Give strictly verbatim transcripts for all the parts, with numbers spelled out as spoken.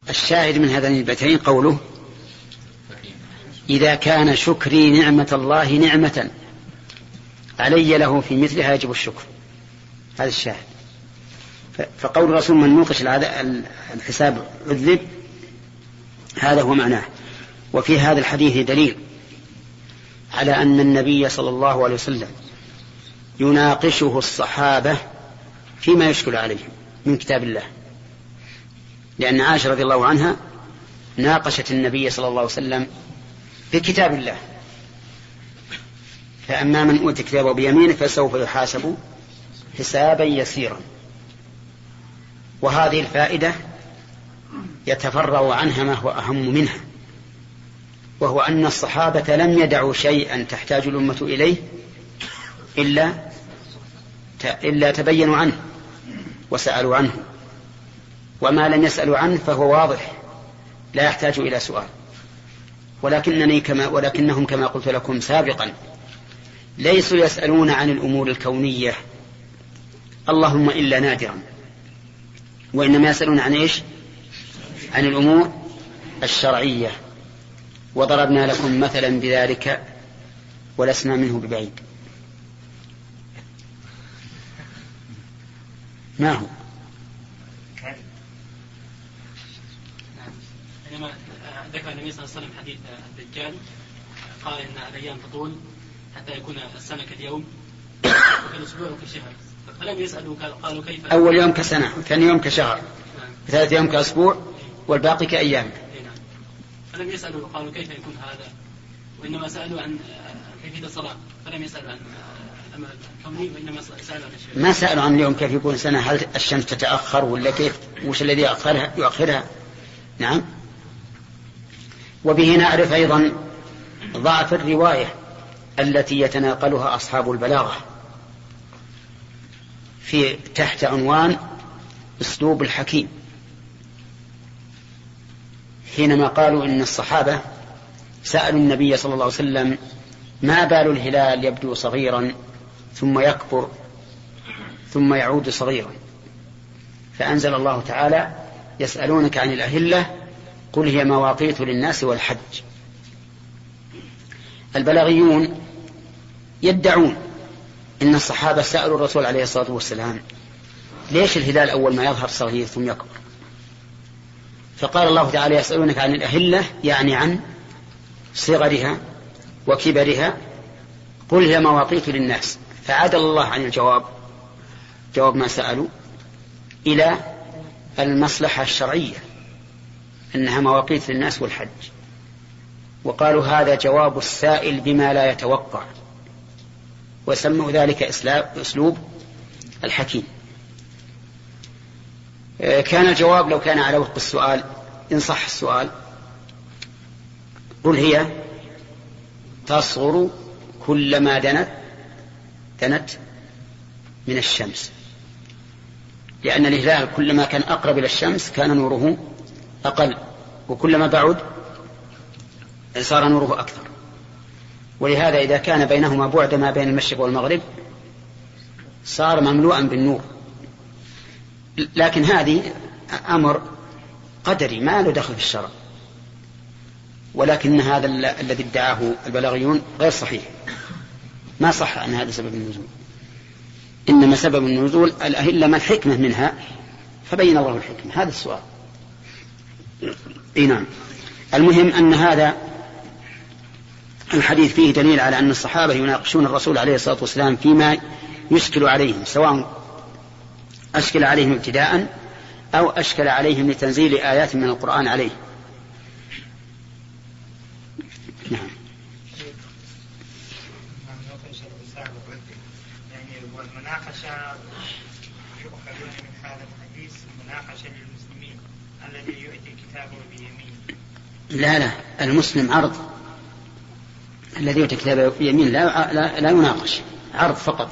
الشاهد من هذين البيتين قوله إذا كان شكري نعمة الله نعمة علي له في مثلها يجب الشكر. هذا الشاهد. فقول الرسول من نوقش الحساب عذب، هذا هو معناه. وفي هذا الحديث دليل على أن النبي صلى الله عليه وسلم يناقشه الصحابة فيما يشكل عليهم من كتاب الله، لأن عائشة رضي الله عنها ناقشت النبي صلى الله عليه وسلم في كتاب الله، فأما من أوتي كتابه بيمينه فسوف يحاسب حسابا يسيرا. وهذه الفائدة يتفرع عنها ما هو أهم منها، وهو أن الصحابة لم يدعوا شيئا تحتاج الأمة إليه إلا إلا تبينوا عنه وسألوا عنه، وما لم يسألوا عنه فهو واضح لا يحتاج إلى سؤال. ولكنني كما ولكنهم كما قلت لكم سابقا ليسوا يسألون عن الأمور الكونية اللهم إلا نادرا، وإنما يسألون عن إيش؟ عن الأمور الشرعية. وضربنا لكم مثلا بذلك ولسنا منه ببعيد. ما هو؟ حينما ذكر النبي صلى الله عليه وسلم حديث الدجال قال إن الأيام تطول حتى يكون السنة كاليوم وكالأسبوع وكالشهر، فلم يسألوا قالوا كيف؟ أول يوم كسنة، ثاني يوم كشهر، ثالث يوم كأسبوع، والباقي كأيام. فلم يسألوا قالوا كيف يكون هذا، وإنما سألوا عن كيفية الصلاة، فلم يسألوا عن الأمر الكوني، وإنما سألوا عن الشيء. ما سألوا عن اليوم كيف يكون سنة، هل الشمس تتأخر ولا كيف، وش الذي يؤخرها يؤخرها. نعم. وبه نعرف أيضا ضعف الرواية التي يتناقلها أصحاب البلاغة في تحت عنوان أسلوب الحكيم، حينما قالوا إن الصحابة سألوا النبي صلى الله عليه وسلم ما بال الهلال يبدو صغيرا ثم يكبر ثم يعود صغيرا، فأنزل الله تعالى يسألونك عن الأهلة قل هي مواقيت للناس والحج. البلاغيون يدعون إن الصحابة سألوا الرسول عليه الصلاة والسلام ليش الهلال أول ما يظهر صغير ثم يكبر، فقال الله تعالى يسألونك عن الأهلة يعني عن صغرها وكبرها قل هي مواقيت للناس، فعدل الله عن الجواب جواب ما سألوا إلى المصلحة الشرعية أنها مواقيت للناس والحج، وقالوا هذا جواب السائل بما لا يتوقع، وسموا ذلك أسلوب الحكيم. كان الجواب لو كان على وفق السؤال إن صح السؤال قل هي تصغر كلما دنت دنت من الشمس، لأن الهلال كلما كان أقرب إلى الشمس كان نوره أقل، وكلما بعد صار نوره أكثر، ولهذا إذا كان بينهما بعد ما بين المشرق والمغرب صار مملوءا بالنور. لكن هذه أمر قدري ما له دخل في الشرع، ولكن هذا الذي ادعاه البلاغيون غير صحيح، ما صح أن هذا سبب النزول، إنما سبب النزول الأهلة ما الحكمة منها، فبين الله الحكمة. هذا السؤال. نعم. المهم أن هذا الحديث فيه دليل على أن الصحابة يناقشون الرسول عليه الصلاة والسلام فيما يشكل عليهم، سواء أشكل عليهم ابتداء أو أشكل عليهم لتنزيل آيات من القرآن عليه. نعم. والمناقشة يؤخذون من هذا الحديث مناقشة للمسلمين الذي يؤتي كتابه بيمين. لا لا المسلم عرض، الذي يؤتي كتابه بيمين لا, لا, لا يناقش، عرض فقط.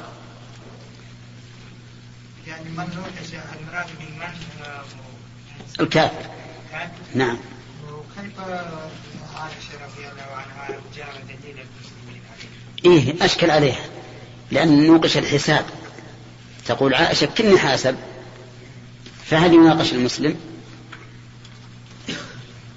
يعني من نوقش المراد من من الكافر. نعم. وكيف عائشة رضي الله عنها جاء دليل المسلمين عليه؟ إيه أشكل عليها لأن نوقش الحساب، تقول عائشة كني حاسب، فهل يناقش المسلم؟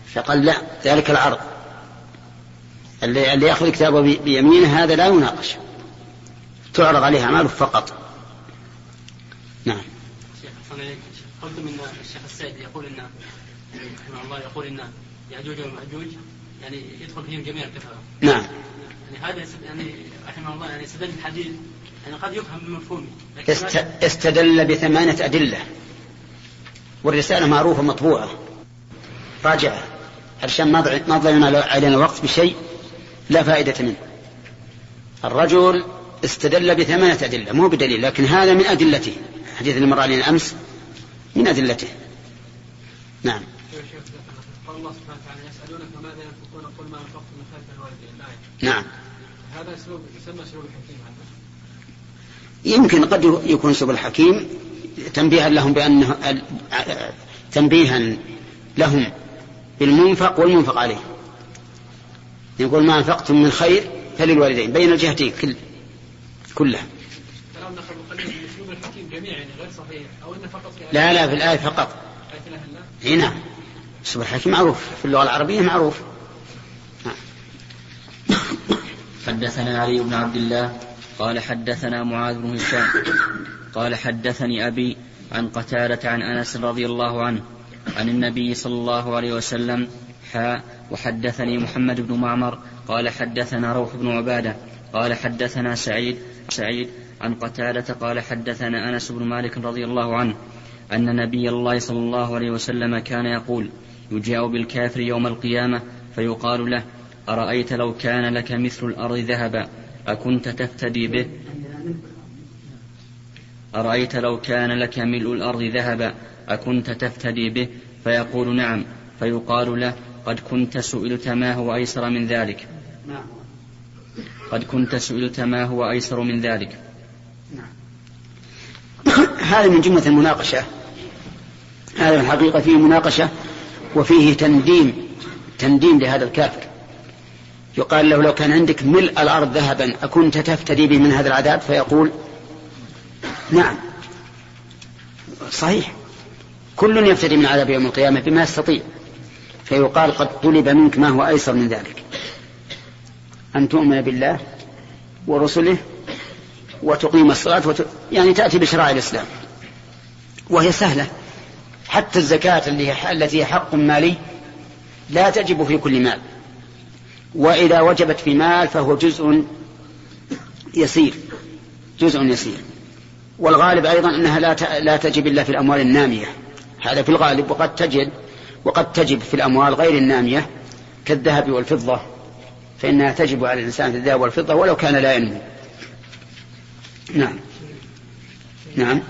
فقال لا، ذلك العرض اللي, اللي يأخذ كتابه بيمينه هذا لا يناقش، تعرض عليه أعماله فقط. نعم. قلت من الشيخ السيد يقول إن رحمه الله يقول إن يأجوج ومأجوج يعني يدخل فيهم جميع الكفار. نعم. يعني هذا يعني رحمه الله يعني استدل الحديث يعني قد يفهم من مفهومه. است... استدل بثمانية أدلة، والرسالة معروفة مطبوعة راجعة علشان ما ضيعنا علينا الوقت بشيء لا فائدة منه. الرجل استدل بثمانية أدلة مو بدليل، لكن هذا من أدلته. حديث اللي مر علينا أمس من أدلته. نعم. قال الله سبحانه وتعالى يسألونك ماذا ينفقون قل ما أنفقتم من خير فللوالدين. نعم. هذا اسلوب يسمى اسلوب الحكيم. يمكن قد يكون اسلوب الحكيم تنبيها لهم بأنه تنبيها لهم بالمنفق والمنفق عليه. يقول ما أنفقتم من خير فللوالدين بين الجهتين كل كلها. كلام نقل مقلد اسلوب الحكيم جميعا غير صحيح أو إن فقط في لا لا في الآية فقط. هنا اسلوب الحكيم معروف في اللغة العربية معروف. حدثنا علي بن عبد الله قال حدثنا معاذ بن هشام قال حدثني أبي عن قتادة عن أنس رضي الله عنه عن النبي صلى الله عليه وسلم حاء وحدثني محمد بن معمر قال حدثنا روح بن عبادة قال حدثنا سعيد سعيد عن قتادة قال حدثنا أنس بن مالك رضي الله عنه أن نبي الله صلى الله عليه وسلم كان يقول يجاء بالكافر يوم القيامة فيقال له أرأيت لو كان لك مثل الأرض ذهبا أكنت تفتدي به أرأيت لو كان لك ملء الأرض ذهبا أكنت تفتدي به فيقول نعم فيقال له قد كنت سئلت ما هو أيسر من ذلك قد كنت سئلت ما هو أيسر من ذلك. هذا من جملة المناقشة. هذا الحقيقة فيه مناقشة وفيه تنديم تنديم لهذا الكافر. يقال له لو كان عندك ملء الأرض ذهبا أكنت تفتدي به من هذا العذاب فيقول نعم صحيح كل يفتدي من عذاب يوم القيامة بما يستطيع. فيقال قد طلب منك ما هو أيسر من ذلك أن تؤمن بالله ورسله وتقيم الصلاة وت... يعني تأتي بشرائع الإسلام وهي سهلة. حتى الزكاة التي هي حق مالي لا تجب في كل مال، وإذا وجبت في مال فهو جزء يسير جزء يسير. والغالب أيضا أنها لا لا تجب إلا في الأموال النامية، هذا في الغالب. وقد تجد وقد تجب في الأموال غير النامية كالذهب والفضة، فإنها تجب على الإنسان في الذهب والفضة ولو كان لا ينمو. نعم نعم.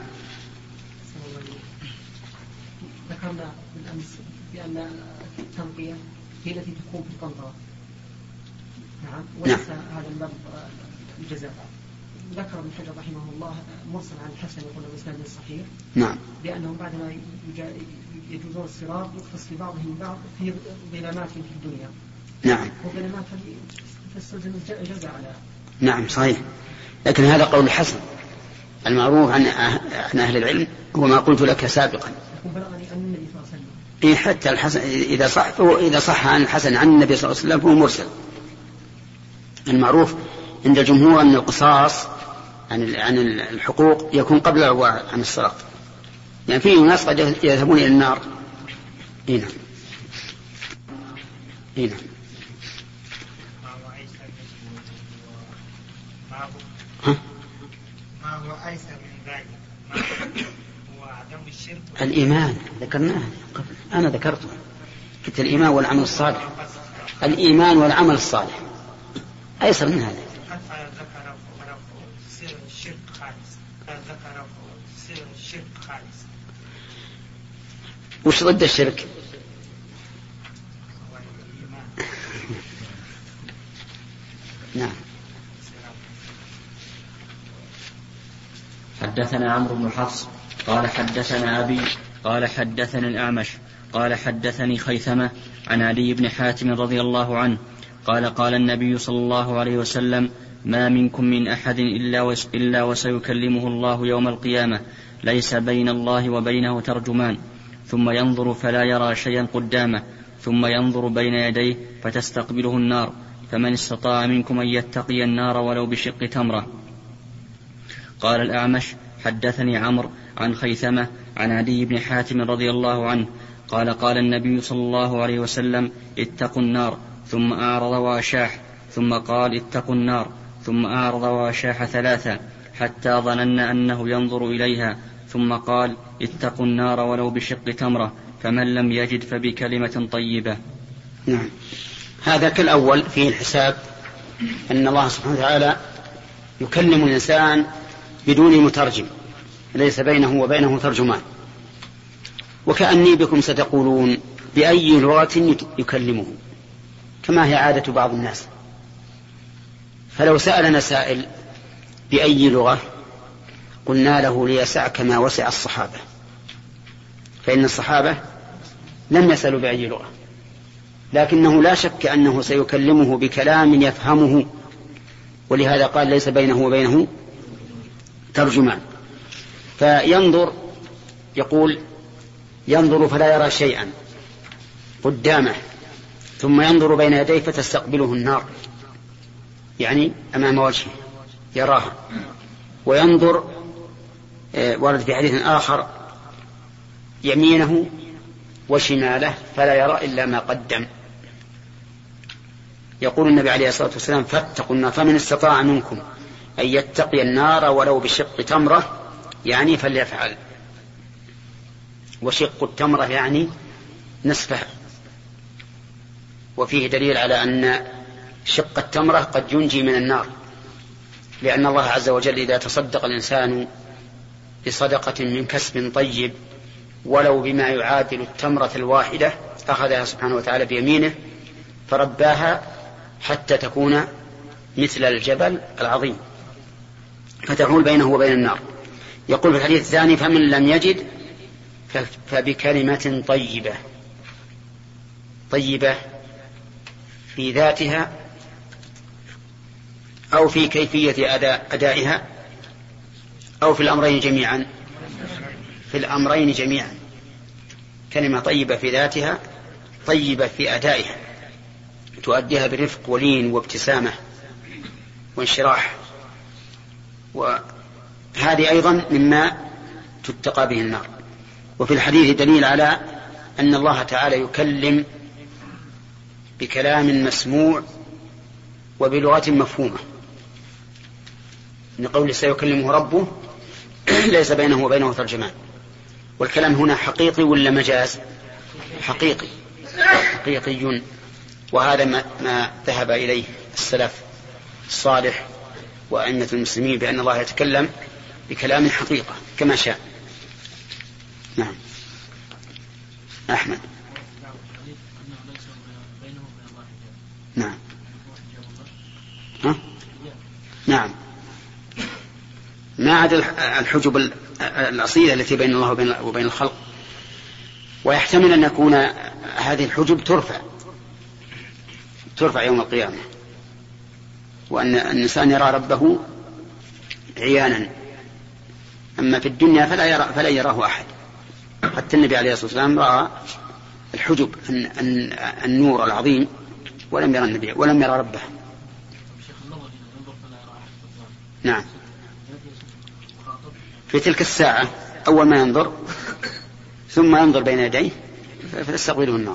ذكرنا بالأمس بأن التنقية هي التي تكون في القنطرة. نعم. وليس هذا الباب الجزاء. ذكر ابن حجر رحمه الله مرسل عن الحسن يقول الإسناد الصحيح. نعم. لأنهم بعدما يجوزون الصراط يختص في بعضهم بعض في ظلامات في الدنيا. نعم. وظلامات تستلزم الجزاء على. نعم صحيح. لكن هذا قول الحسن المعروف عن عن أهل العلم هو ما قلت لك سابقا. إيه حتى الحسن إذا صح إذا صح عن الحسن عن النبي صلى الله عليه وسلم هو مرسل. المعروف عند الجمهور أن القصاص عن عن الحقوق يكون قبل العبوة عن الصراط. يعني في ناس قد يذهبون إلى النار. هنا هنا ها؟ ما هو أيسر من ذلك هو عدم الشرك. الإيمان ذكرناه قبل، أنا ذكرته قلت الإيمان والعمل الصالح. الإيمان والعمل الصالح أيسر من هذا. ذكر سر الشرك خالص. ذكر سر الشرك خالص. وش ضد الشرك؟ نعم. حدثنا عمرو بن حفص قال حدثنا أبي قال حدثنا الأعمش قال حدثني خيثمة عن علي بن حاتم رضي الله عنه قال قال النبي صلى الله عليه وسلم ما منكم من أحد إلا, إلا وسيكلمه الله يوم القيامة ليس بين الله وبينه ترجمان ثم ينظر فلا يرى شيئا قدامه ثم ينظر بين يديه فتستقبله النار فمن استطاع منكم أن يتقي النار ولو بشق تمرة. قال الأعمش حدثني عمرو عن خيثمة عن عدي بن حاتم رضي الله عنه قال قال النبي صلى الله عليه وسلم اتقوا النار ثم أعرض وأشاح ثم قال اتقوا النار ثم أعرض وأشاح ثلاثة حتى ظننا أنه ينظر إليها ثم قال اتقوا النار ولو بشق تمرة فمن لم يجد فبكلمة طيبة. نعم. هذا كالأول فيه الحساب أن الله سبحانه وتعالى يكلم الإنسان بدون مترجم ليس بينه وبينه ترجمان. وكأني بكم ستقولون بأي لغة يكلمه كما هي عادة بعض الناس. فلو سألنا سائل بأي لغة قلنا له ليسعك ما وسع الصحابة، فإن الصحابة لم يسألوا بأي لغة، لكنه لا شك أنه سيكلمه بكلام يفهمه، ولهذا قال ليس بينه وبينه ترجمان. فينظر يقول ينظر فلا يرى شيئا قدامه ثم ينظر بين يديه فتستقبله النار، يعني أمام وجهه يراها. وينظر ورد في حديث آخر يمينه وشماله فلا يرى إلا ما قدم. يقول النبي عليه الصلاة والسلام فاتقوا النار فمن استطاع منكم أن يتقي النار ولو بشق تمرة يعني فليفعل. وشق التمرة يعني نصفها. وفيه دليل على أن شق التمرة قد ينجي من النار، لأن الله عز وجل إذا تصدق الإنسان بصدقة من كسب طيب ولو بما يعادل التمرة الواحدة أخذها سبحانه وتعالى بيمينه فرباها حتى تكون مثل الجبل العظيم فتحول بينه وبين النار. يقول في الحديث الثاني فمن لم يجد فبكلمة طيبة. طيبة في ذاتها أو في كيفية أداء أدائها أو في الأمرين جميعا. في الأمرين جميعا كلمة طيبة في ذاتها، طيبة في أدائها، تؤديها برفق ولين وابتسامة وانشراح. وهذه أيضا مما تتقى به النار. وفي الحديث دليل على أن الله تعالى يكلم بكلام مسموع وبلغة مفهومة، من قول سيكلمه ربه ليس بينه وبينه ترجمان. والكلام هنا حقيقي ولا مجاز؟ حقيقي حقيقي. وهذا ما, ما ذهب إليه السلف الصالح وأئمة المسلمين بأن الله يتكلم بكلام حقيقة كما شاء. نعم. أحمد. نعم. ها؟ نعم. ما عدا الحجب الأصيلة التي بين الله وبين الخلق. ويحتمل أن يكون هذه الحجب ترفع ترفع يوم القيامة، وأن الإنسان يرى ربه عيانا. أما في الدنيا فلا يرى فلا يراه أحد. حتى النبي عليه الصلاة والسلام رأى الحجب النور العظيم ولم يرى النبي ولم يرى ربه. نعم. في تلك الساعة أول ما ينظر ثم ينظر بين يديه فتستقبله النار.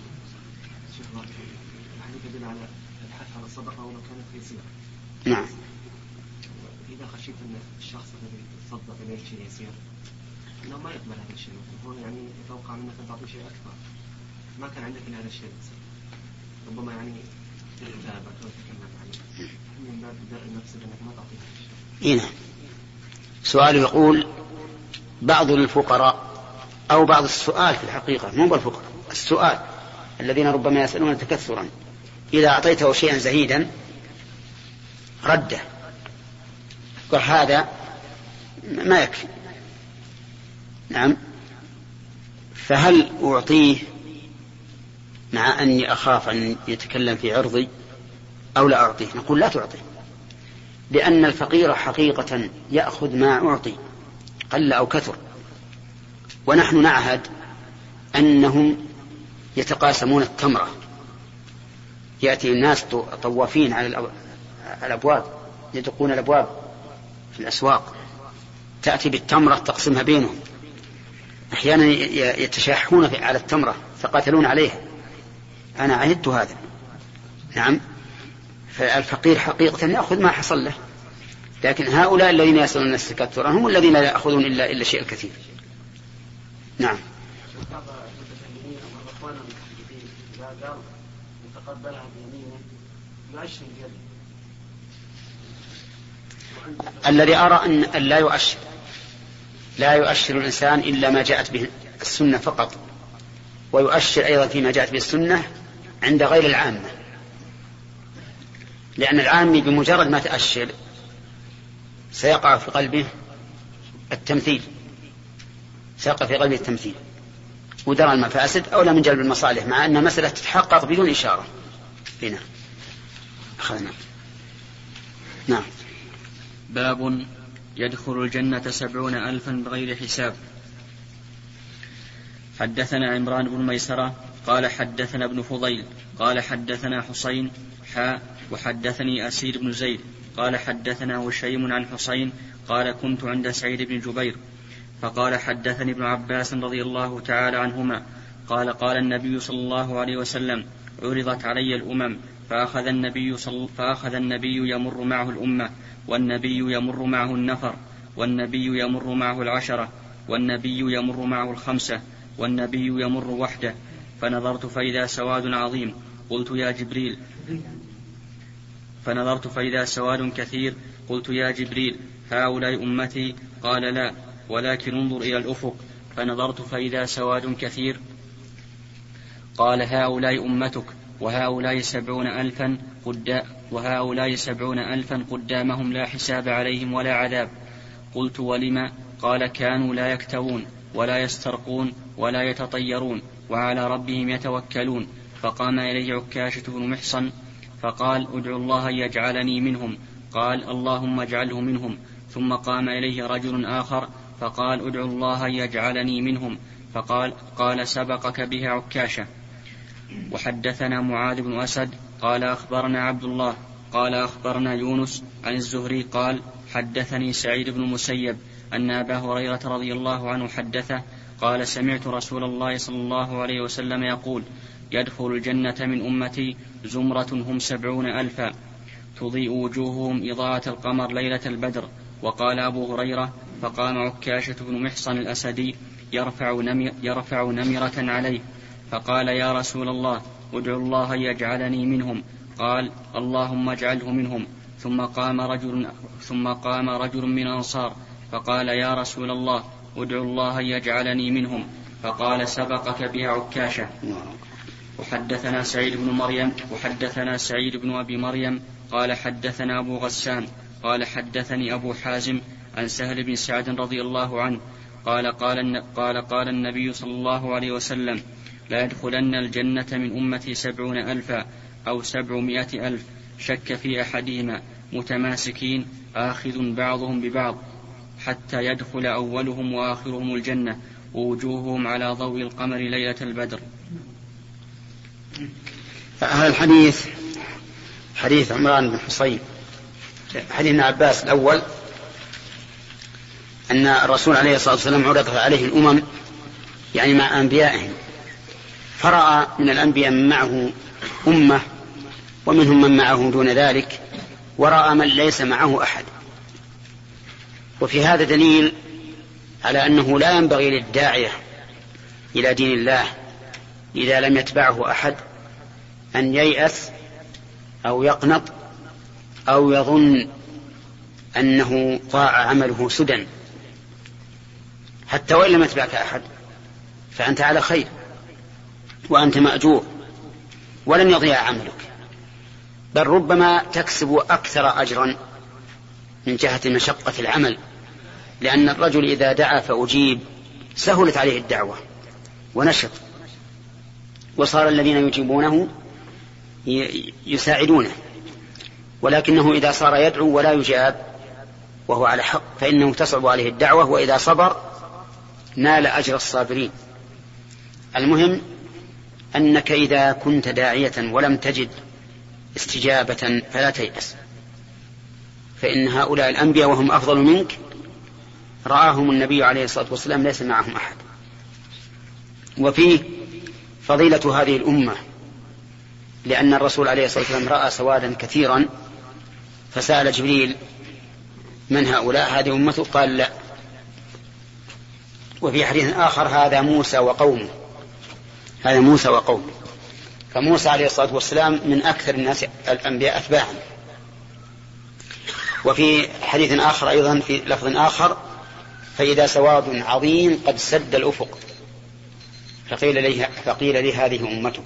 نعم. إذا خشيت أن الشخص الذي تصدق إليه شيء يسير إنه ما يقبل هذا الشيء، هو يعني يتوقع منك أن تعطي شيء أكبر، ما كان عندك إلا هذا الشيء، ربما يعني تتابع أو تتكلم عنه من باب درء النفس أنك ما تعطي هذا الشيء. نعم. سؤال يقول بعض الفقراء أو بعض السؤال في الحقيقة مو بالفقراء، السؤال الذين ربما يسألون تكثرا إذا أعطيته شيئا زهيدا رده، قال هذا ما يكفي. نعم. فهل أعطيه مع أني أخاف أن يتكلم في عرضي أو لا أعطيه؟ نقول لا تعطيه، لأن الفقير حقيقة يأخذ ما أعطي قل أو كثر، ونحن نعهد أنهم يتقاسمون التمرة. يأتي الناس طوافين على الأبواب، يدقون الأبواب في الأسواق، تأتي بالتمرة تقسمها بينهم. أحيانا يتشاحون على التمرة فقاتلون عليها. أنا عهدت هذا. نعم. فالفقير حقيقة يأخذ ما حصل له، لكن هؤلاء الذين يصلون التكثر هم الذين لا يأخذون إلا إلا شيء كثير. نعم. الذي أرى أن لا يؤشر لا يؤشر الإنسان إلا ما جاءت به السنة فقط، ويؤشر أيضا فيما جاءت به السنة عند غير العامة، لأن العامي بمجرد ما تأشر سيقع في قلبه التمثيل سيقع في قلبه التمثيل ودرى المفاسد أولى من جلب المصالح، مع أن مسألة تتحقق بدون إشارة. هنا أخذنا. نعم. باب يدخل الجنة سبعون ألفا بغير حساب. حدثنا عمران بن ميسرة قال حدثنا ابن فضيل قال حدثنا حسين حاء وحدثني أسير بن زيد قال حدثنا هشيم عن حسين قال كنت عند سعيد بن جبير فقال حدثني ابن عباس رضي الله تعالى عنهما قال قال النبي صلى الله عليه وسلم عرضت علي الأمم فأخذ النبي, صل فأخذ النبي يمر معه الأمة، والنبي يمر معه النفر، والنبي يمر معه العشرة، والنبي يمر معه الخمسة، والنبي يمر وحده. فنظرت فإذا سواد عظيم قلت يا جبريل فنظرت فإذا سواد كثير قلت يا جبريل هؤلاء أمتي؟ قال لا، ولكن انظر إلى الأفق. فنظرت فإذا سواد كثير قال هؤلاء أمتك، وهؤلاء سبعون ألفا قدام وهؤلاء سبعون ألفا قدامهم لا حساب عليهم ولا عذاب. قلت ولما؟ قال كانوا لا يكتوون ولا يسترقون ولا يتطيرون وعلى ربهم يتوكلون. فقام إليه عكاشة بن محصن فقال ادعو الله يجعلني منهم. قال اللهم اجعله منهم. ثم قام إليه رجل آخر فقال ادعو الله يجعلني منهم. فقال قال سبقك بها عكاشة. وحدثنا معاذ بن أسد قال أخبرنا عبد الله قال أخبرنا يونس عن الزهري قال حدثني سعيد بن مسيب أن أبا هريرة رضي الله عنه حدثه قال سمعت رسول الله صلى الله عليه وسلم يقول يدخل الجنة من أمتي زمرة هم سبعون ألفا تضيء وجوههم إضاءة القمر ليلة البدر. وقال أبو هريرة فقام عكاشة بن محصن الأسدي يرفع, نمر يرفع نمرة عليه فقال يا رسول الله ادعو الله يجعلني منهم. قال اللهم اجعله منهم. ثم قام رجل, ثم قام رجل من الأنصار فقال يا رسول الله ادعو الله يجعلني منهم. فقال سبقك بها عكاشة. وحدثنا سعيد بن مريم وحدثنا سعيد بن أبي مريم قال حدثنا أبو غسان قال حدثني أبو حازم عن سهل بن سعد رضي الله عنه قال قال, قال قال النبي صلى الله عليه وسلم لا يدخلن الجنة من أمتي سبعون ألفا أو سبعمائة ألف شك في أحدهما متماسكين آخذ بعضهم ببعض حتى يدخل أولهم وآخرهم الجنة ووجوههم على ضوء القمر ليلة البدر. هذا الحديث حديث عمران بن حصين حديث ابن عباس الأول أن الرسول عليه الصلاة والسلام عرض عليه الأمم يعني مع أنبيائهم، فرأى من الأنبياء من معه أمة ومنهم من معه دون ذلك، ورأى من ليس معه أحد. وفي هذا دليل على أنه لا ينبغي للداعية إلى دين الله إذا لم يتبعه أحد أن ييأس أو يقنط أو يظن أنه ضاع عمله سدى، حتى وإن لم يتبعك أحد فأنت على خير وأنت مأجور ولن يضيع عملك، بل ربما تكسب أكثر أجرا من جهة مشقة العمل، لأن الرجل إذا دعا فأجيب سهلت عليه الدعوة ونشط، وصار الذين يجيبونه يساعدونه. ولكنه إذا صار يدعو ولا يجاب وهو على حق فإنه تصعب عليه الدعوة، وإذا صبر نال أجر الصابرين. المهم أنك إذا كنت داعية ولم تجد استجابة فلا تيأس، فإن هؤلاء الأنبياء وهم أفضل منك رآهم النبي عليه الصلاة والسلام ليس معهم أحد. وفيه فضيلة هذه الأمة، لأن الرسول عليه الصلاة والسلام رأى سوادا كثيرا فسأل جبريل من هؤلاء؟ هذه أمته، قال لا. وفي حديث آخر هذا موسى وقومه، هذا موسى وقومه. فموسى عليه الصلاة والسلام من أكثر الناس الأنبياء أتباعا. وفي حديث آخر أيضا في لفظ آخر فإذا سواد عظيم قد سد الأفق فقيل لي, فقيل لي هذه أمتك.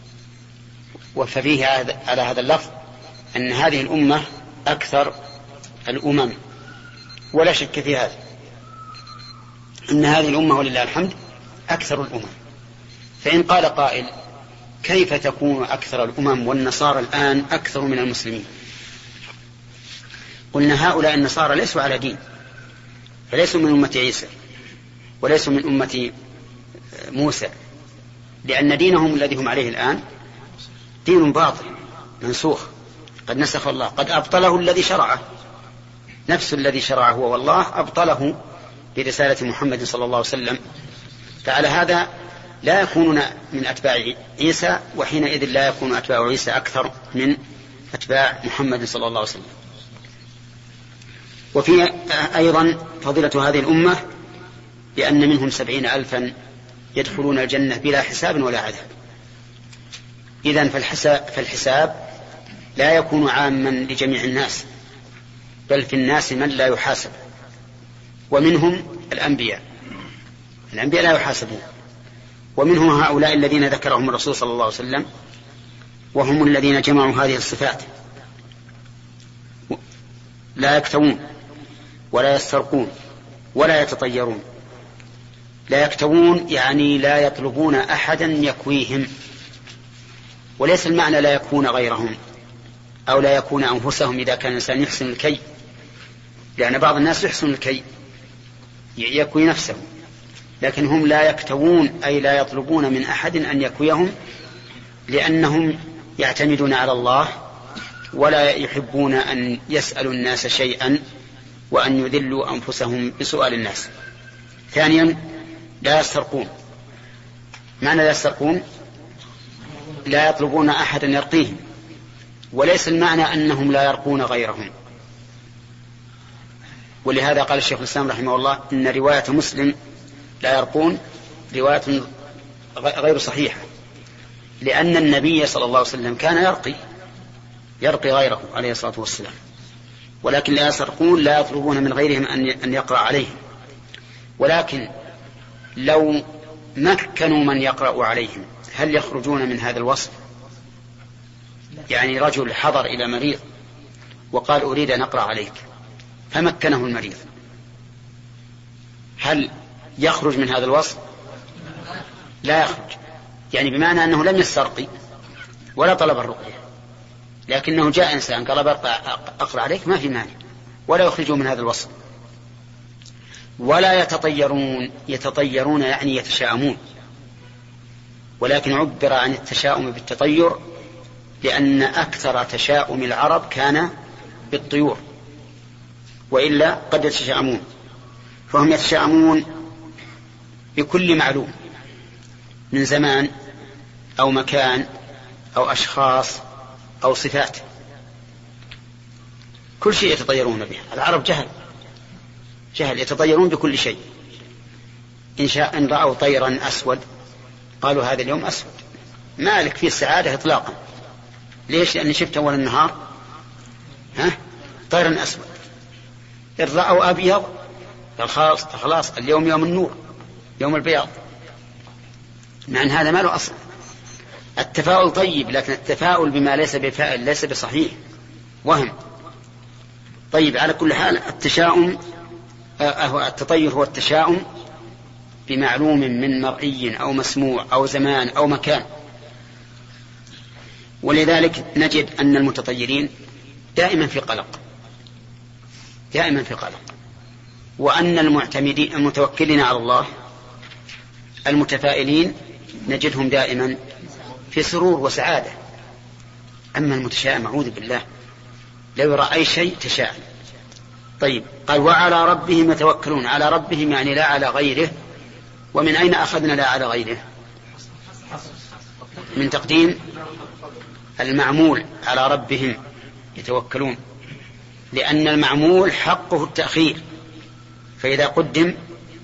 وفيه على هذا اللفظ أن هذه الأمة أكثر الأمم، ولا شك في هذا أن هذه الأمة ولله الحمد أكثر الأمم. فإن قال قائل كيف تكون أكثر الأمم والنصارى الآن أكثر من المسلمين؟ قلنا هؤلاء النصارى ليسوا على دين، فليسوا من أمة عيسى وليسوا من أمة موسى، لأن دينهم الذي هم عليه الآن دين باطل منسوخ، قد نسخ الله، قد أبطله الذي شرعه، نفس الذي شرعه هو والله أبطله برسالة محمد صلى الله عليه وسلم. فعلى هذا لا يكونون من أتباع عيسى، وحينئذ لا يكون أتباع عيسى أكثر من أتباع محمد صلى الله عليه وسلم. وفي أيضا فضيلة هذه الأمة بأن منهم سبعين ألفا يدخلون الجنة بلا حساب ولا عذاب. إذن فالحساب, فالحساب لا يكون عاما لجميع الناس، بل في الناس من لا يحاسب، ومنهم الأنبياء، الأنبياء لا يحاسبون، ومنهم هؤلاء الذين ذكرهم الرسول صلى الله عليه وسلم، وهم الذين جمعوا هذه الصفات: لا يكتوون ولا يسترقون ولا يتطيرون. لا يكتوون يعني لا يطلبون أحدا يكويهم، وليس المعنى لا يكون غيرهم أو لا يكون أنفسهم إذا كان الإنسان يحسن الكي، لأن بعض الناس يحسن الكي يكوي نفسه، لكن هم لا يكتوون أي لا يطلبون من أحد أن يكويهم، لأنهم يعتمدون على الله ولا يحبون أن يسألوا الناس شيئا وأن يذلوا أنفسهم بسؤال الناس. ثانيا لا يسترقون. معنى لا يسترقون لا يطلبون أحدا يرقيهم، وليس المعنى أنهم لا يرقون غيرهم. ولهذا قال الشيخ الإسلام رحمه الله إن رواية مسلم لا يرقون رواية غير صحيحة، لأن النبي صلى الله عليه وسلم كان يرقي يرقي غيره عليه الصلاة والسلام، ولكن لا يسرقون لا يطلبون من غيرهم أن يقرأ عليهم. ولكن لو مكنوا من يقرأ عليهم هل يخرجون من هذا الوصف؟ يعني رجل حضر إلى مريض وقال أريد أن أقرأ عليك فمكنه المريض، هل يخرج من هذا الوصف؟ لا يخرج، يعني بمعنى أنه لم يسترقي ولا طلب الرقية، لكنه جاء إنسان قال أقرأ عليك ما في مانع، ولا يخرجوا من هذا الوصف. ولا يتطيرون. يتطيرون يعني يتشاءمون، ولكن عبر عن التشاؤم بالتطير لأن أكثر تشاؤم العرب كان بالطيور، وإلا قد يتشاءمون. فهم يتشاءمون بكل معلوم من زمان أو مكان أو أشخاص أو صفات، كل شيء يتطيرون به. العرب جهل جهل يتطيرون بكل شيء. إن شاء أن رأوا طيرا أسود قالوا هذا اليوم أسود، ما لك فيه السعادة إطلاقا. ليش؟ لأني شفت أول النهار ها طيرا أسود. إن رأوا أبيض قال خلاص خلاص اليوم يوم النور يوم البياض، مع أن هذا ما له أصل. التفاؤل طيب، لكن التفاؤل بما ليس بفاعل ليس بصحيح، وهم. طيب على كل حال التشاؤم أه التطير هو التشاؤم بمعلوم من مرئي أو مسموع أو زمان أو مكان. ولذلك نجد أن المتطيرين دائما في قلق دائما في قلق وأن المعتمدين المتوكلين على الله المتفائلين نجدهم دائما في سرور وسعادة. أما المتشائم أعوذ بالله لو يرى أي شيء تشاءم. طيب قال وعلى ربهم يتوكلون، على ربهم يعني لا على غيره. ومن أين أخذنا لا على غيره؟ من تقديم المعمول على ربهم يتوكلون، لأن المعمول حقه التأخير، فإذا قدم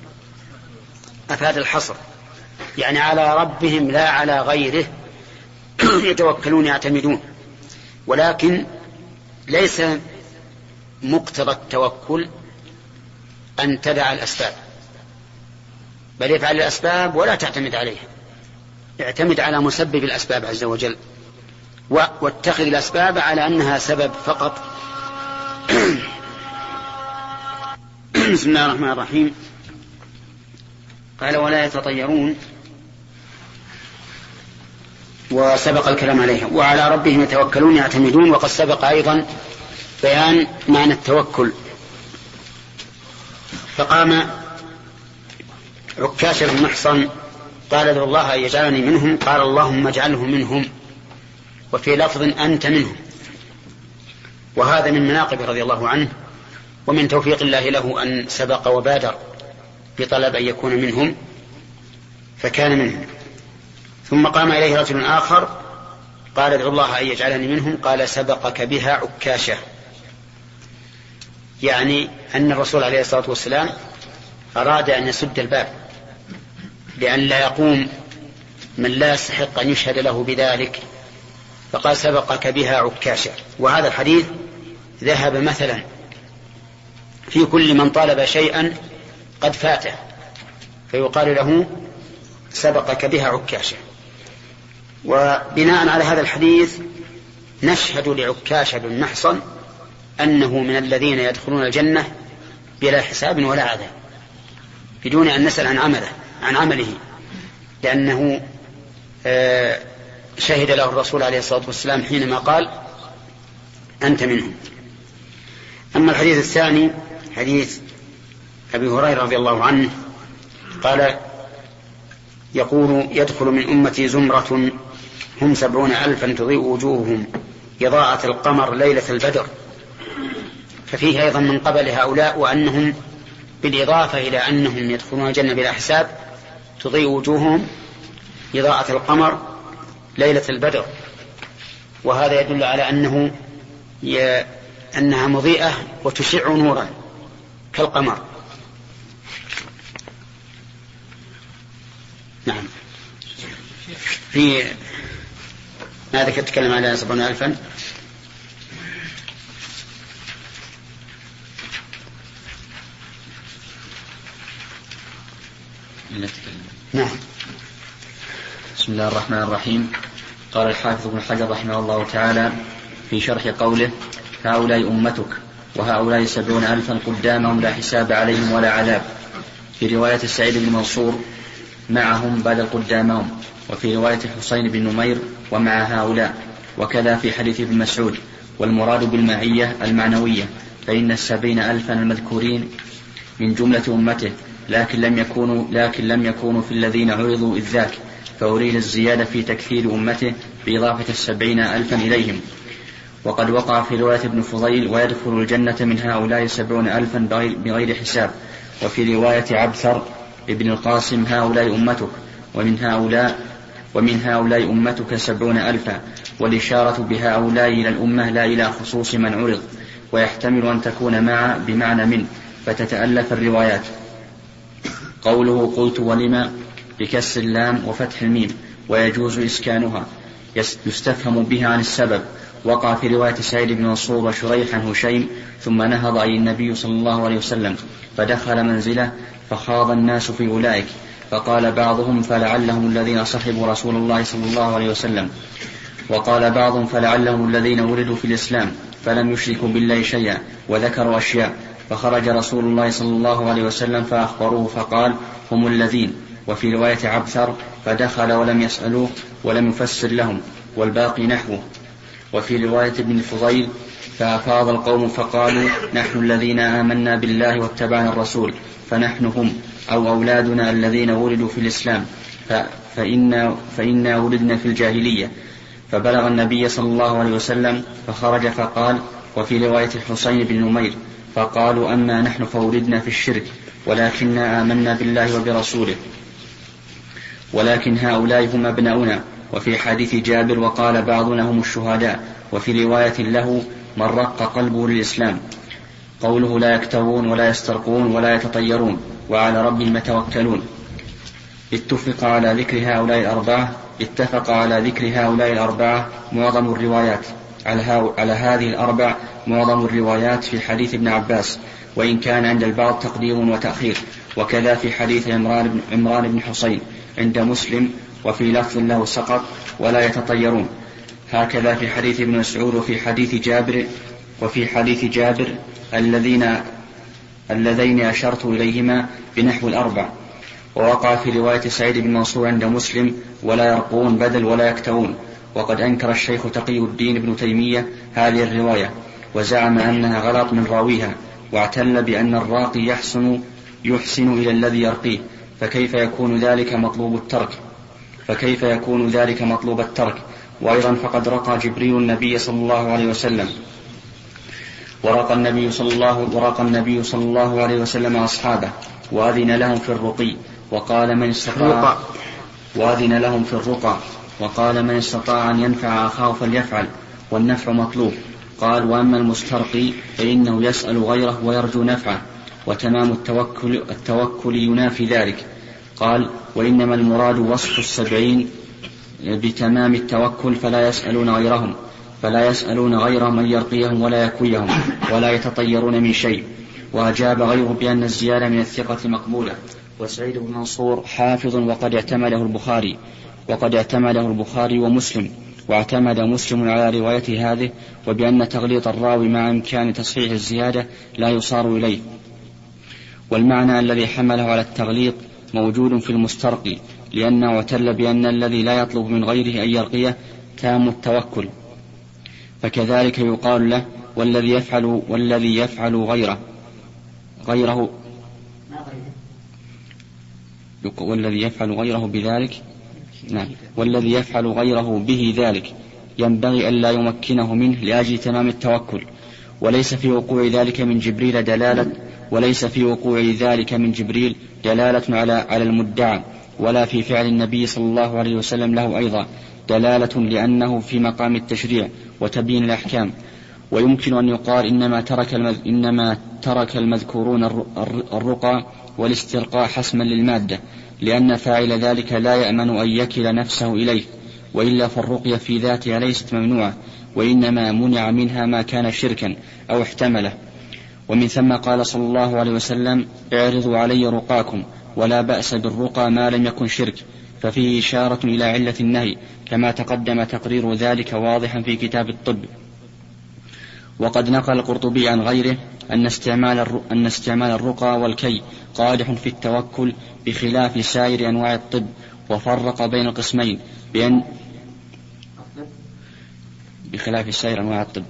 أفاد الحصر، يعني على ربهم لا على غيره يتوكلون يعتمدون. ولكن ليس مقتضى التوكل أن تدع الأسباب، بل يفعل الأسباب ولا تعتمد عليها، اعتمد على مسبب الأسباب عز وجل، واتخذ الأسباب على أنها سبب فقط. بسم الله الرحمن الرحيم. قال ولا يتطيرون، وسبق الكلام عليها. وعلى ربهم يتوكلون يعتمدون، وقد سبق أيضا بيان معنى التوكل. فقام عكاشة بن محصن قال ادعو الله أن يجعلني منهم، قال اللهم اجعله منهم، وفي لفظ أنت منهم. وهذا من مناقب رضي الله عنه ومن توفيق الله له أن سبق وبادر بطلب أن يكون منهم فكان منهم. ثم قام إليه رجل آخر قال ادعو الله أن يجعلني منهم، قال سبقك بها عكاشة، يعني أن الرسول عليه الصلاة والسلام أراد أن يسد الباب لأن لا يقوم من لا يستحق أن يشهد له بذلك، فقال سبقك بها عكاشة. وهذا الحديث ذهب مثلا في كل من طالب شيئا قد فاته فيقال له سبقك بها عكاشة. وبناء على هذا الحديث نشهد لعكاشة بن محصن أنه من الذين يدخلون الجنة بلا حساب ولا عذاب بدون أن نسأل عن عمله عن عمله لأنه شهد له الرسول عليه الصلاة والسلام حينما قال أنت منهم. أما الحديث الثاني حديث أبي هريرة رضي الله عنه قال يقول يدخل من أمتي زمرة هم سبعون ألفا تضيء وجوههم إضاءة القمر ليلة البدر، ففيه أيضا من قبل هؤلاء وأنهم بالإضافة إلى أنهم يدخلون الجنة بلا حساب تضيء وجوههم إضاءة القمر ليلة البدر، وهذا يدل على أنه ي... أنها مضيئة وتشع نورا كالقمر. نعم. في ماذا تتكلم على سبعون ألفا؟ نعم. بسم الله الرحمن الرحيم. قال الحافظ ابن حجر رحمه الله تعالى في شرح قوله هؤلاء أمتك وهؤلاء سبعون ألفا قدامهم لا حساب عليهم ولا عذاب، في رواية سعيد بن منصور معهم بدل قدامهم، وفي رواية حسين بن نمير ومع هؤلاء، وكذا في حديث ابن مسعود. والمراد بالمعية المعنوية، فإن السبعين ألفا المذكورين من جملة أمته، لكن لم يكونوا لكن لم يكونوا في الذين عرضوا إذ ذاك، فأريد الزيادة في تكثير أمته بإضافة السبعين ألفا إليهم. وقد وقع في رواية ابن فضيل ويدخل الجنة من هؤلاء سبعون ألفا بغير حساب، وفي رواية عبثر ابن القاسم هؤلاء أمتك ومن هؤلاء ومن هؤلاء أمتك سبعون ألفا، والإشارة بهؤلاء إلى الأمة لا إلى خصوص من عرض، ويحتمل أن تكون مع بمعنى من، فتتألف الروايات. قوله قلت ولما بكسر اللام وفتح الميم ويجوز إسكانها يستفهم بها عن السبب. وقع في رواية سعيد بن منصور وشريح عن هشيم ثم نهض أي النبي صلى الله عليه وسلم فدخل منزله فخاض الناس في أولئك، فقال بعضهم فلعلهم الذين صحبوا رسول الله صلى الله عليه وسلم، وقال بعضهم فلعلهم الذين ولدوا في الإسلام فلم يشركوا بالله شيئا وذكروا أشياء، فخرج رسول الله صلى الله عليه وسلم فأخبروه فقال هم الذين. وفي رواية عبثر فدخل ولم يسألوه ولم يفسر لهم، والباقي نحوه. وفي رواية ابن الفضيل فأفاض القوم فقالوا نحن الذين آمنا بالله واتبعنا الرسول فنحن هم أو أولادنا الذين ولدوا في الإسلام فإنا, فإنا ولدنا في الجاهلية. فبلغ النبي صلى الله عليه وسلم فخرج فقال. وفي رواية الحسين بن نمير فقالوا أما نحن فولدنا في الشرك ولكننا آمنا بالله وبرسوله ولكن هؤلاء هم أبناؤنا. وفي حديث جابر وقال بعضنا هم الشهداء. وفي رواية له من رق قلبه للإسلام. قوله لا يكتوون ولا يسترقون ولا يتطيرون وعلى ربهم يتوكلون. اتفق على ذكر هؤلاء الأربعة اتفق على ذكر هؤلاء الأربعة معظم الروايات على, على هذه الأربع معظم الروايات في حديث ابن عباس، وإن كان عند البعض تقديم وتأخير. وكذا في حديث عمران بن, عمران بن حسين عند مسلم وفي لفظ له سقط ولا يتطيرون. هكذا في حديث ابن مسعود وفي حديث جابر وفي حديث جابر الذين اللذين أشرت إليهما بنحو الأربع. ووقع في رواية سعيد بن منصور عند مسلم ولا يرقون بدل ولا يكتوون. وقد أنكر الشيخ تقي الدين ابن تيمية هذه الرواية وزعم أنها غلط من راويها، واعتل بأن الراقي يحسن يحسن إلى الذي يرقيه، فكيف يكون ذلك مطلوب الترك فكيف يكون ذلك مطلوب الترك وأيضا فقد رقى جبريل النبي صلى الله عليه وسلم ورقى النبي صلى الله ورقى النبي صلى الله عليه وسلم أصحابه وأذن لهم في الرقي وقال من استطاع وأذن لهم في الرقى وقال من استطاع أن ينفع أخاه فليفعل والنفع مطلوب. قال وأما المسترقي فإنه يسأل غيره ويرجو نفعه، وتمام التوكل, التوكل ينافي ذلك. قال وإنما المراد وصف السبعين بتمام التوكل فلا يسألون غيرهم فلا يسألون غيرهم أن يرقيهم ولا يكويهم ولا يتطيرون من شيء. وأجاب غيره بأن الزيادة من الثقة مقبولة. وسعيد بن منصور حافظ وقد اعتمده البخاري وقد اعتمده البخاري ومسلم، واعتمد مسلم على رواية هذه وبأن تغليط الراوي مع إمكان تصحيح الزيادة لا يصار إليه. والمعنى الذي حمله على التغليط موجود في المسترقي، لأنه اعتل بأن الذي لا يطلب من غيره أن يرقيه تام التوكل، فكذلك يقال له والذي يفعل والذي يفعل غيره غيره والذي يفعل غيره بذلك نعم والذي يفعل غيره به ذلك ينبغي ألا يمكنه منه لأجل تمام التوكل. وليس في وقوع ذلك من جبريل دلالة وليس في وقوع ذلك من جبريل دلالة على على المدعى، ولا في فعل النبي صلى الله عليه وسلم له أيضا دلالة، لأنه في مقام التشريع وتبيين الأحكام. ويمكن أن يقال إنما ترك المذ... إنما ترك المذكورون الرقى والاسترقاء حسما للمادة، لأن فاعل ذلك لا يأمن أن يكل نفسه إليه، وإلا فالرقية في ذاتها ليست ممنوعة، وإنما منع منها ما كان شركا أو احتمله. ومن ثم قال صلى الله عليه وسلم اعرضوا علي رقاكم ولا بأس بالرقى ما لم يكن شرك، ففيه إشارة إلى علة النهي كما تقدم تقرير ذلك واضحا في كتاب الطب. وقد نقل القرطبي عن غيره أن استعمال أن استعمال الرقى والكي قادح في التوكل بخلاف سائر أنواع الطب، وفرق بين القسمين بأن بخلاف سائر أنواع الطب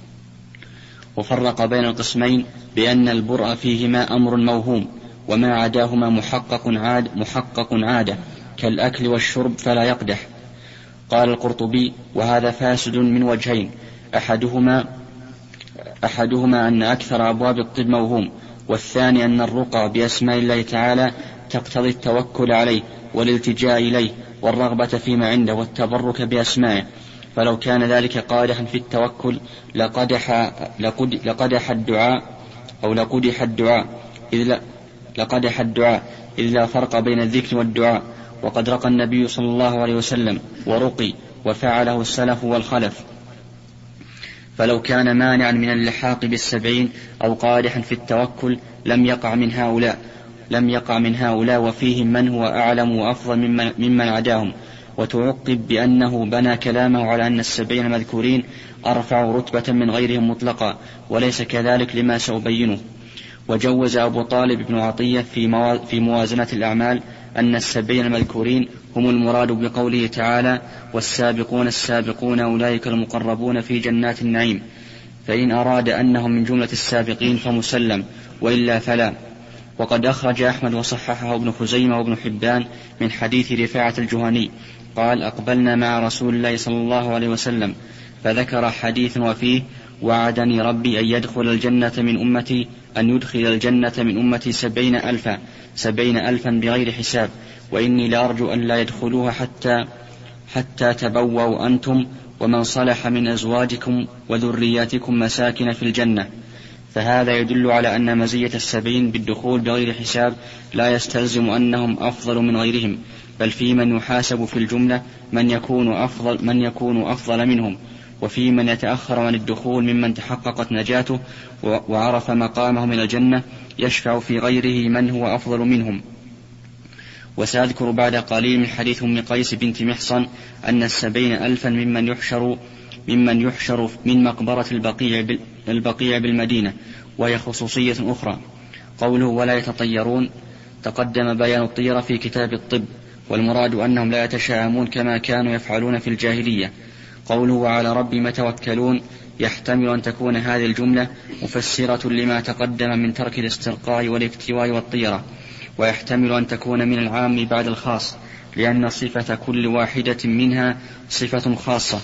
وفرق بين القسمين بأن البرء فيهما أمر موهوم، وما عداهما محقق عاد محقق عادة كالأكل والشرب فلا يقدح. قال القرطبي وهذا فاسد من وجهين، أحدهما أحدهما أن أكثر أبواب الطب موهوم، والثاني أن الرقى بأسماء الله تعالى تقتضي التوكل عليه والالتجاء إليه والرغبة فيما عنده والتبرك بأسمائه، فلو كان ذلك قادحا في التوكل لقدح, لقد لقدح الدعاء أو لقدح الدعاء إذ لا لقدح الدعاء إذ لا فرق بين الذكر والدعاء. وقد رقى النبي صلى الله عليه وسلم ورقي وفعله السلف والخلف، فلو كان مانعا من اللحاق بالسبعين أو قادحا في التوكل لم يقع من هؤلاء لم يقع من هؤلاء وفيهم من هو أعلم وأفضل ممن, ممن عداهم. وتعقب بأنه بنى كلامه على أن السبعين المذكورين أرفع رتبة من غيرهم مطلقا، وليس كذلك لما سأبينه. وجوز أبو طالب بن عطية في موازنة الأعمال أن السبعين المذكورين هم المراد بقوله تعالى والسابقون السابقون أولئك المقربون في جنات النعيم، فإن أراد أنهم من جملة السابقين فمسلم، وإلا فلا. وقد أخرج أحمد وصححه ابن خزيمة وابن حبان من حديث رفاعة الجهني قال أقبلنا مع رسول الله صلى الله عليه وسلم فذكر حديث وفيه وعدني ربي أن يدخل الجنة من أمتي أن يدخل الجنة من أمتي سبعين ألفا سبعين ألفا بغير حساب وإني لأرجو أن لا يدخلوها حتى حتى تبووا أنتم ومن صلح من أزواجكم وذرياتكم مساكن في الجنة. فهذا يدل على أن مزية السبعين بالدخول بغير حساب لا يستلزم أنهم أفضل من غيرهم، بل في من يحاسب في الجملة من يكون أفضل, من يكون أفضل منهم، وفي من يتأخر عن الدخول ممن تحققت نجاته وعرف مقامه من الجنة يشفع في غيره من هو أفضل منهم. وسأذكر بعد قليل من حديث أم قيس بنت محصن أن السبعين ألفا ممن يحشر ممن يحشر من مقبرة البقيع, البقيع بالمدينة، وهي خصوصية أخرى. قوله ولا يتطيرون تقدم بيان الطيرة في كتاب الطب، والمراد أنهم لا يتشاءمون كما كانوا يفعلون في الجاهلية. قوله وعلى ربي متوكلون يحتمل أن تكون هذه الجملة مفسرة لما تقدم من ترك الاسترقاء والاكتواء والطيرة، ويحتمل أن تكون من العام بعد الخاص، لأن صفة كل واحدة منها صفة خاصة.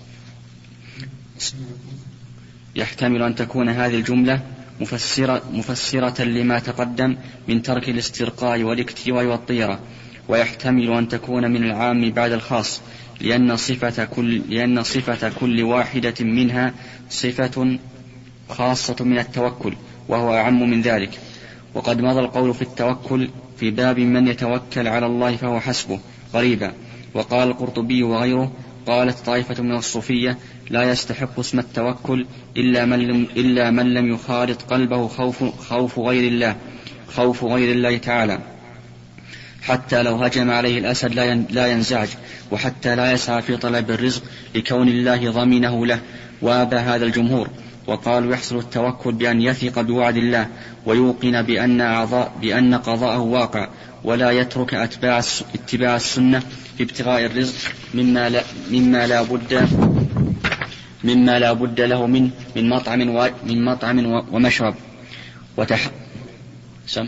يحتمل أن تكون هذه الجملة مفسرة, مفسرة لما تقدم من ترك الاسترقاء والاكتواء والطيرة، ويحتمل أن تكون من العام بعد الخاص، لأن صفة كل, لأن صفة كل واحدة منها صفة خاصة من التوكل، وهو أعم من ذلك. وقد مضى القول في التوكل في باب من يتوكل على الله فهو حسبه غريبا. وقال القرطبي وغيره قالت طائفة من الصوفية لا يستحق اسم التوكل إلا من لم, إلا من لم يخالط قلبه خوف, خوف غير الله خوف غير الله تعالى، حتى لو هجم عليه الأسد لا ينزعج، وحتى لا يسعى في طلب الرزق لكون الله ضمنه له. وابى هذا الجمهور، وقالوا يحصل التوكل بأن يثق بوعد الله ويوقن بأن, أعضاء بأن قضاءه واقع، ولا يترك أتباع اتباع السنة في ابتغاء الرزق مما لا, مما لا بد مما لا بد له من من مطعم و من مطعم ومشرب وتح سم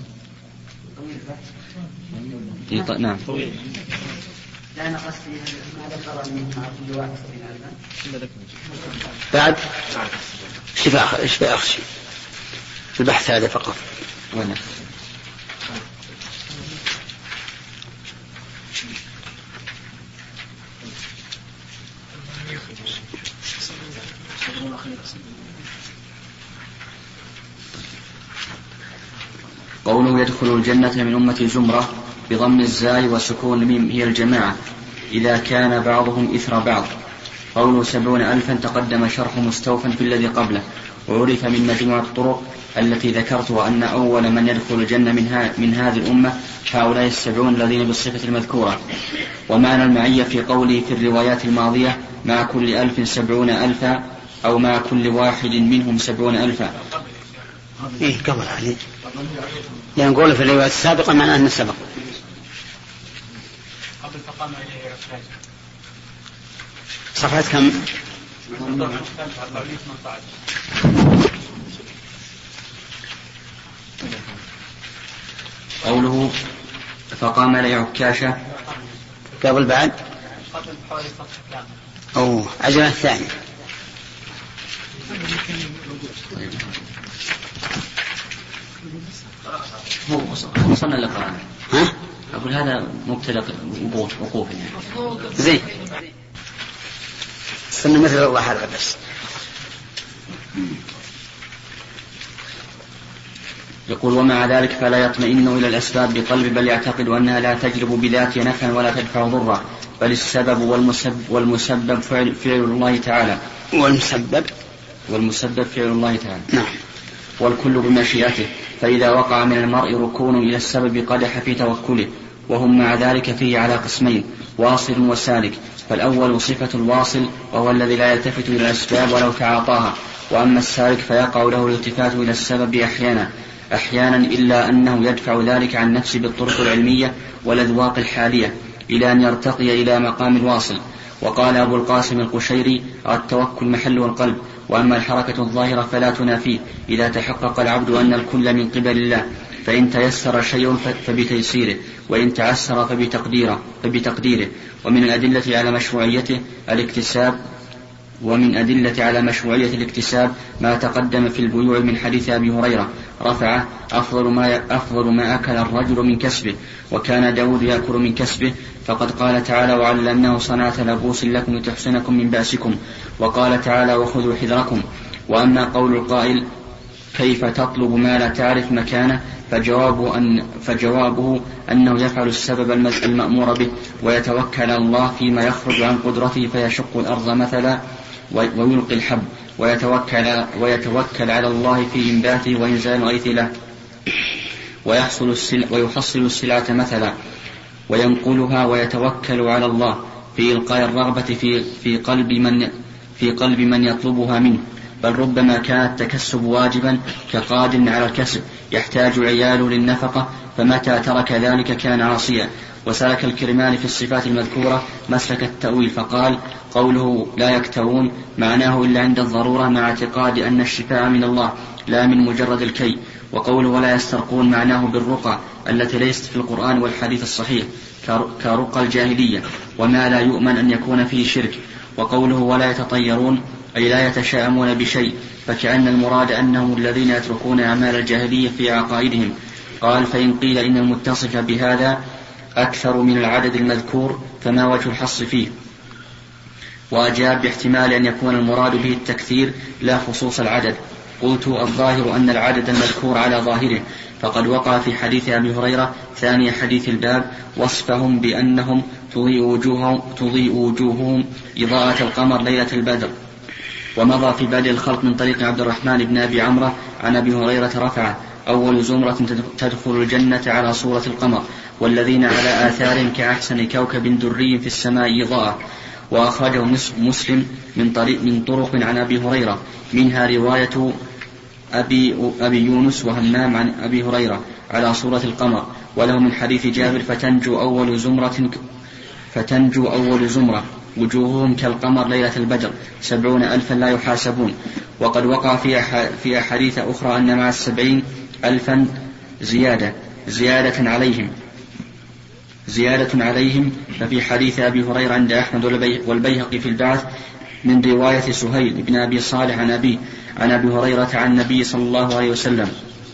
نعم. لا أنا قصدي ما ذكر من كل واحد بعد شفاء إيش في آخر شيء في البحث هذا فقط. وين قوله يدخل الجنة من أمة زمرة بضم الزاي وسكون الميم هي الجماعة إذا كان بعضهم إثر بعض. قوله سبعون ألفا تقدم شرح مستوفا في الذي قبله، وعرف من مجموعة الطرق التي ذكرتها أن أول من يدخل الجنة من, ها من هذه الأمة هؤلاء السبعون الذين بالصفة المذكورة. ومعنى المعية في قوله في الروايات الماضية مع كل ألف سبعون ألفا أو مع كل واحد منهم سبعون ألفا. إيه قبل عليه لأن نقول في الروايات السابقة معناه أنه سبق قبل فقام إليه صفحة كم؟ قوله فقام إليه عكاشة قبل بعد أو عجلة الثانية. وصلنا للقرآن. ها؟ أقول هذا مبتدأ وقوف وقوف يعني. زين. صرنا مثل الله هذا بس. يقول ومع ذلك فلا يطمئن إلى الأسباب بقلب، بل يعتقد أنها لا تجلب بذاتها نفعا ولا تدفع ضرا، بل السبب والمسبب, والمسبب فعل, فعل الله تعالى والمسبب والمسبب فعل الله تعالى نعم. والكل بمشيئته. فإذا وقع من المرء ركون إلى السبب قدح في توكله، وهم مع ذلك فيه على قسمين واصل وسالك. فالأول صفة الواصل وهو الذي لا يلتفت إلى الأسباب ولو تعاطاها، وأما السالك فيقع له الالتفات إلى السبب أحيانا أحيانا إلا أنه يدفع ذلك عن نفسه بالطرق العلمية والأذواق الحالية، إلى أن يرتقي إلى مقام الواصل. وقال أبو القاسم القشيري: التوكل محله القلب، وأما الحركة الظاهرة فلا تنافيه إذا تحقق العبد أن الكل من قبل الله، فإن تيسر شيء فبتيسيره، وإن تعسر فبتقديره, فبتقديره. ومن الأدلة على مشروعيته الاكتساب ومن أدلة على مشروعية الاكتساب ما تقدم في البيوع من حديث أبي هريرة رفعه: أفضل ما, أفضل ما أكل الرجل من كسبه، وكان داود يأكل من كسبه، فقد قال تعالى: وعلمناه صنعة لبوس لكم لتحسنكم من بأسكم. وقال تعالى: وخذوا حذركم. وأما قول القائل: كيف تطلب ما لا تعرف مكانه؟ فجوابه, أن فجوابه أنه يفعل السبب المأمور به، ويتوكل على الله فيما يخرج عن قدرته، فيشق الأرض مثلا ويلقي الحب، ويتوكل, ويتوكل على الله في إنباته وإنزال الغيث له، ويحصل السلع ويحصل السلعة مثلا وينقلها، ويتوكل على الله في إلقاء الرغبة في, في, قلب من في قلب من يطلبها منه. بل ربما كان التكسب واجبا كقادر على الكسب يحتاج عياله للنفقة، فمتى ترك ذلك كان عاصيا. وسلك الكرماني في الصفات المذكورة مسلك التأويل، فقال: قوله لا يكتوون معناه إلا عند الضرورة، مع اعتقاد أن الشفاء من الله لا من مجرد الكي. وقوله ولا يسترقون معناه بالرقى التي ليست في القرآن والحديث الصحيح كرقى الجاهلية، وما لا يؤمن أن يكون فيه شرك. وقوله ولا يتطيرون أي لا يتشاءمون بشيء، فكأن المراد أنهم الذين يتركون أعمال الجاهلية في عقائدهم. قال: فإن قيل إن المتصف بهذا أكثر من العدد المذكور فما وجه الحص فيه؟ وأجاب باحتمال أن يكون المراد به التكثير لا خصوص العدد. قلت: الظاهر أن العدد المذكور على ظاهره، فقد وقع في حديث أبي هريرة ثاني حديث الباب وصفهم بأنهم تضيء وجوههم, تضيء وجوههم إضاءة القمر ليلة البدر. ومضى في بدء الخلق من طريق عبد الرحمن بن أبي عمرة عن أبي هريرة رفعه: أول زمرة تدخل الجنة على صورة القمر، والذين على آثارهم كأحسن كوكب دري في السماء إضاءة. وأخرجه مسلم من طريق من طرق عن أبي هريرة، منها رواية أبي, أبي يونس وهمام عن أبي هريرة على صورة القمر، وله من حديث جابر: فتنجو أول زمرة فتنجو أول زمرة وجوههم كالقمر ليلة البدر سبعون ألفا لا يحاسبون. وقد وقع في أحاديث أخرى أن مع السبعين ألفا زيادة زيادة عليهم زيادة عليهم ففي حديث أبي هريرة عند أحمد والبيهقي في البعث من رواية سهيل بن أبي صالح عن أبي عن أبي هريرة عن النبي صلى الله عليه وسلم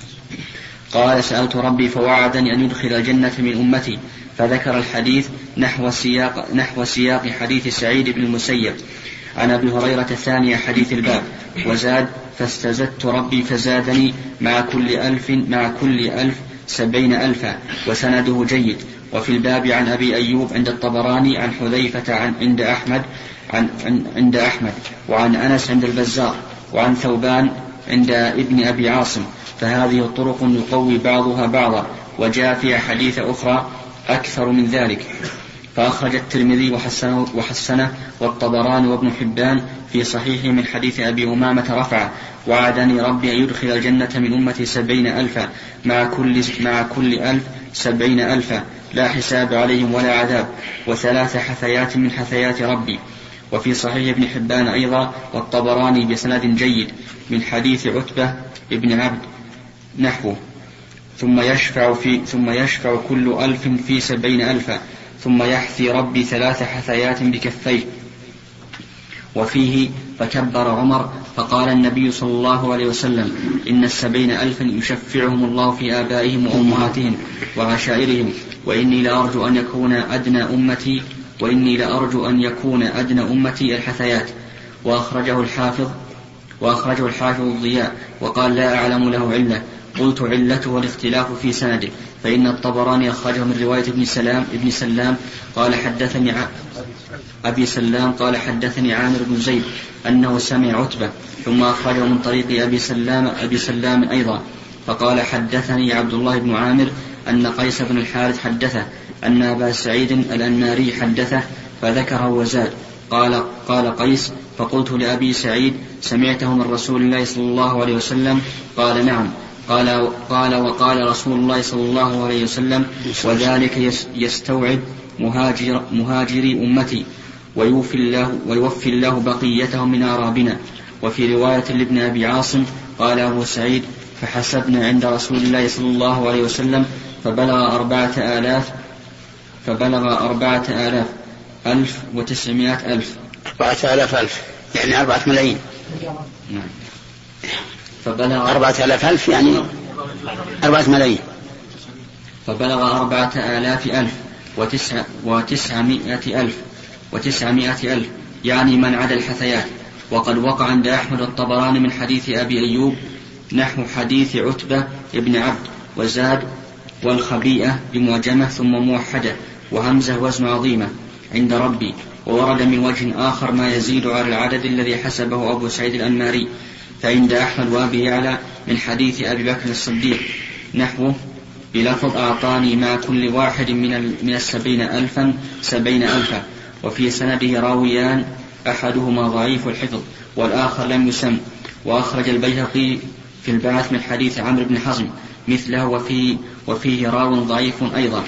قال: سألت ربي فوعدني أن يدخل الجنة من أمتي، فذكر الحديث نحو سياق, نحو سياق حديث سعيد بن المسيب عن أبي هريرة ثاني حديث الباب، وزاد: فاستزدت ربي فزادني مع كل ألف مع كل ألف سبعين ألفا، وسنده جيد. وفي الباب عن أبي أيوب عند الطبراني عن حذيفة عن عند أحمد عن عند أحمد وعن أنس عند البزار وعن ثوبان عند ابن أبي عاصم، فهذه الطرق يقوي بعضها بعضا. وجاء في أحاديث أخرى أكثر من ذلك، فأخرج الترمذي وحسنه, وحسنه والطبراني وابن حبان في صحيحه من حديث أبي أمامة رفع: وعدني ربي أن يدخل الجنة من أمتي سبعين ألفا مع كل, مع كل ألف سبعين ألفا لا حساب عليهم ولا عذاب، وثلاث حثيات من حثيات ربي. وفي صحيح ابن حبان أيضا والطبراني بسند جيد من حديث عتبة ابن عبد نحوه: ثم يشفع, في ثم يشفع كل ألف في سبعين ألفا، ثم يحثي ربي ثلاث حثيات بكفيه. وفيه: فكبر عمر فقال النبي صلى الله عليه وسلم: إن السبعين ألفا يشفعهم الله في آبائهم وأمهاتهم وعشائرهم، وإني لأرجو أن يكون أدنى أمتي وإني لأرجو أن يكون أدنى أمتي الحثيات. وأخرجه الحافظ وأخرجه الحافظ الضياء وقال: لا أعلم له علة. قلت: علته الاختلاف في سنده، فإن الطبراني أخرجه من رواية ابن سلام ابن سلام قال حدثني أبي سلام قال حدثني عامر بن زيد أنه سمع عتبة، ثم أخرجه من طريق أبي سلام أبي سلام أيضا فقال حدثني عبد الله بن عامر أن قيس بن الحارث حدثه أن أبا سعيد الأنماري حدثه، فذكره وزاد. قال, قال قيس: فقلت لأبي سعيد: سمعته من رسول الله صلى الله عليه وسلم؟ قال: نعم. قال, قال وقال رسول الله صلى الله عليه وسلم: وذلك يستوعب مهاجر مهاجري أمتي ويوفي الله, ويوفي الله بقيتهم من أعرابنا. وفي رواية لابن أبي عاصم قال أبو سعيد فحسبنا عند رسول الله صلى الله عليه وسلم فبلغ أربعة آلاف فبلغ أربعة آلاف ألف وتسعمائة ألف أربعة آلاف ألف يعني أربعة ملايين. نعم. فبلغ أربعة آلاف ألف يعني أربعة ملايين. فبلغ أربعة آلاف ألف وتسع وتسعمائة ألف وتسعمائة ألف يعني من عدا الحثيات. وقد وقع عند أحمد الطبراني من حديث أبي أيوب نحو حديث عتبة ابن عبد وزاد والخبيئة بمعجمة ثم موحدة وهمزة وزن عظيمة عند ربي. وورد من وجه آخر ما يزيد على العدد الذي حسبه أبو سعيد الأنماري فعند أحمد وأبي يعلى من حديث أبي بكر الصديق نحوه بلفظ أعطاني مع كل واحد من من السبعين ألفا سبعين ألفا. وفي سنده راويان أحدهما ضعيف الحفظ والآخر لم يسم. وأخرج البيهقي في البعث من حديث عمرو بن حزم مثله وفيه, وفيه راو ضعيف أيضا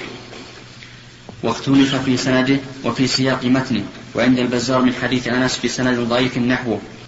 واختلف في سنده وفي سياق متنه. وعند البزار من حديث أنس في سند ضعيف نحوه